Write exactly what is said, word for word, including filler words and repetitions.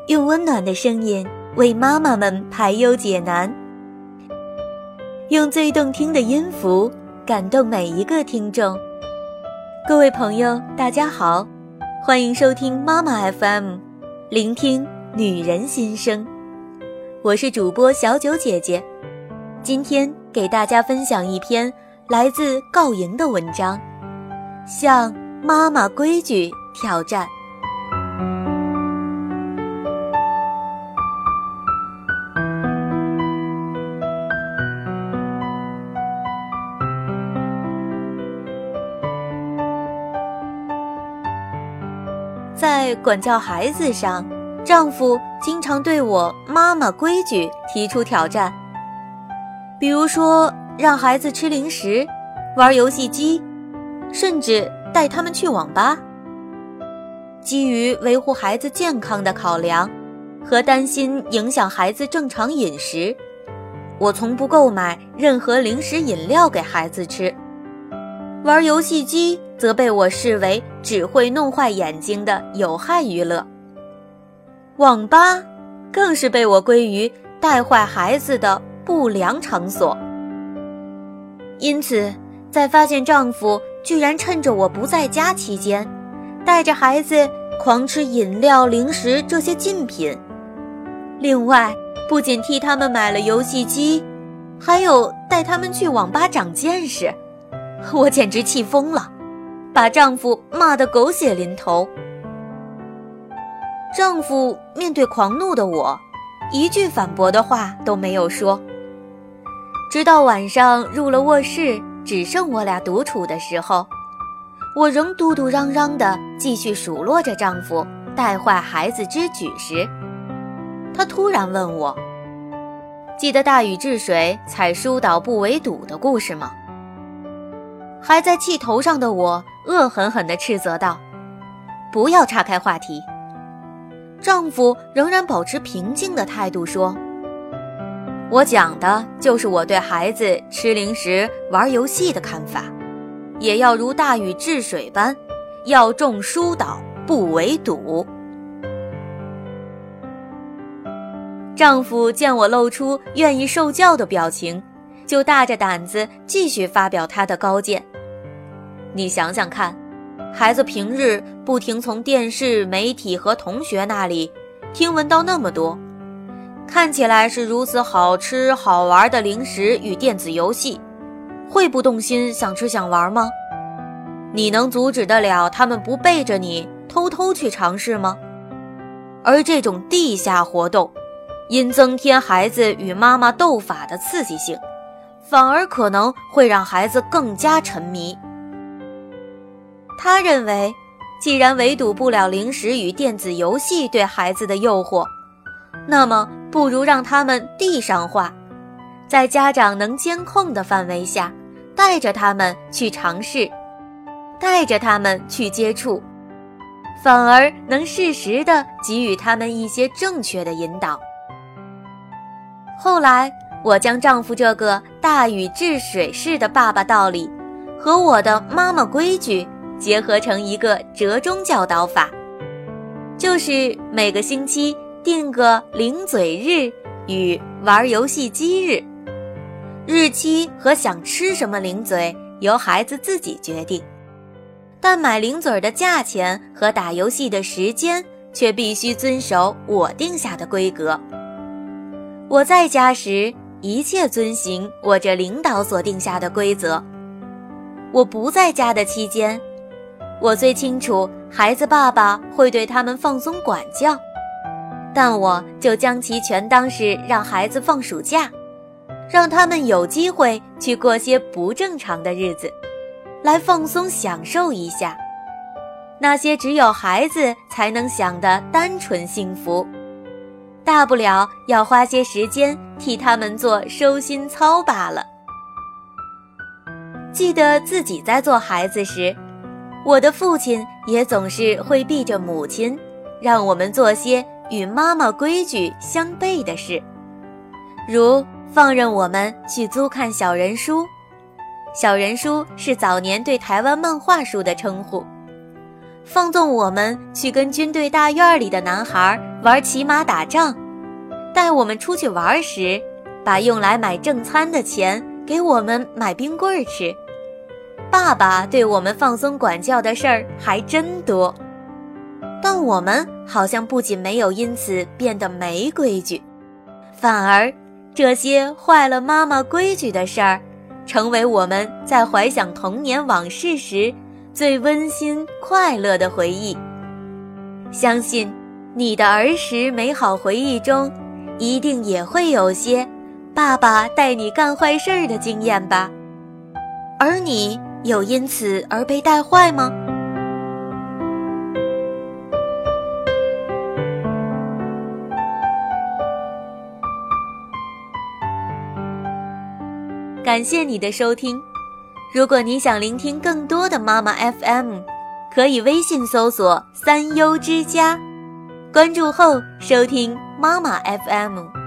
用温暖的声音为妈妈们排忧解难，用最动听的音符感动每一个听众。各位朋友，大家好，欢迎收听妈妈 F M， 聆听女人心声。我是主播小九姐姐，今天给大家分享一篇来自告莹的文章，向妈妈规矩挑战。在管教孩子上，丈夫经常对我妈妈规矩提出挑战，比如说让孩子吃零食、玩游戏机，甚至带他们去网吧。基于维护孩子健康的考量和担心影响孩子正常饮食，我从不购买任何零食饮料给孩子吃。玩游戏机则被我视为只会弄坏眼睛的有害娱乐，网吧更是被我归于带坏孩子的不良场所。因此，在发现丈夫居然趁着我不在家期间，带着孩子狂吃饮料、零食这些禁品，另外不仅替他们买了游戏机，还有带他们去网吧长见识，我简直气疯了，把丈夫骂得狗血淋头。丈夫面对狂怒的我，一句反驳的话都没有说。直到晚上入了卧室，只剩我俩独处的时候，我仍嘟嘟嚷嚷地继续数落着丈夫带坏孩子之举时，他突然问我，记得大禹治水采疏导不围堵的故事吗？还在气头上的我恶狠狠地斥责道，不要岔开话题。丈夫仍然保持平静的态度说，我讲的就是我对孩子吃零食玩游戏的看法，也要如大禹治水般，要重疏导不围堵。丈夫见我露出愿意受教的表情，就大着胆子继续发表他的高见。你想想看，孩子平日不停从电视、媒体和同学那里听闻到那么多看起来是如此好吃好玩的零食与电子游戏，会不动心想吃想玩吗？你能阻止得了他们不背着你偷偷去尝试吗？而这种地下活动因增添孩子与妈妈斗法的刺激性，反而可能会让孩子更加沉迷。他认为，既然围堵不了零食与电子游戏对孩子的诱惑，那么不如让他们地上化，在家长能监控的范围下，带着他们去尝试，带着他们去接触，反而能适时地给予他们一些正确的引导。后来，我将丈夫这个大禹治水式的爸爸道理和我的妈妈规矩结合成一个折中教导法，就是每个星期定个零嘴日与玩游戏机日，日期和想吃什么零嘴由孩子自己决定，但买零嘴的价钱和打游戏的时间却必须遵守我定下的规格。我在家时一切遵行我这领导所定下的规则，我不在家的期间，我最清楚孩子爸爸会对他们放松管教，但我就将其全当是让孩子放暑假，让他们有机会去过些不正常的日子，来放松享受一下那些只有孩子才能享的单纯幸福，大不了要花些时间替他们做收心操罢了。记得自己在做孩子时，我的父亲也总是会逼着母亲，让我们做些与妈妈规矩相悖的事，如放任我们去租看小人书。小人书是早年对台湾漫画书的称呼。 放纵我们去跟军队大院里的男孩玩骑马打仗，带我们出去玩时，把用来买正餐的钱给我们买冰棍吃。爸爸对我们放松管教的事儿还真多，但我们好像不仅没有因此变得没规矩，反而这些坏了妈妈规矩的事儿，成为我们在怀想童年往事时最温馨快乐的回忆。相信你的儿时美好回忆中，一定也会有些爸爸带你干坏事儿的经验吧？而你有因此而被带坏吗？感谢你的收听。如果你想聆听更多的妈妈 F M， 可以微信搜索三优之家，关注后收听妈妈 F M。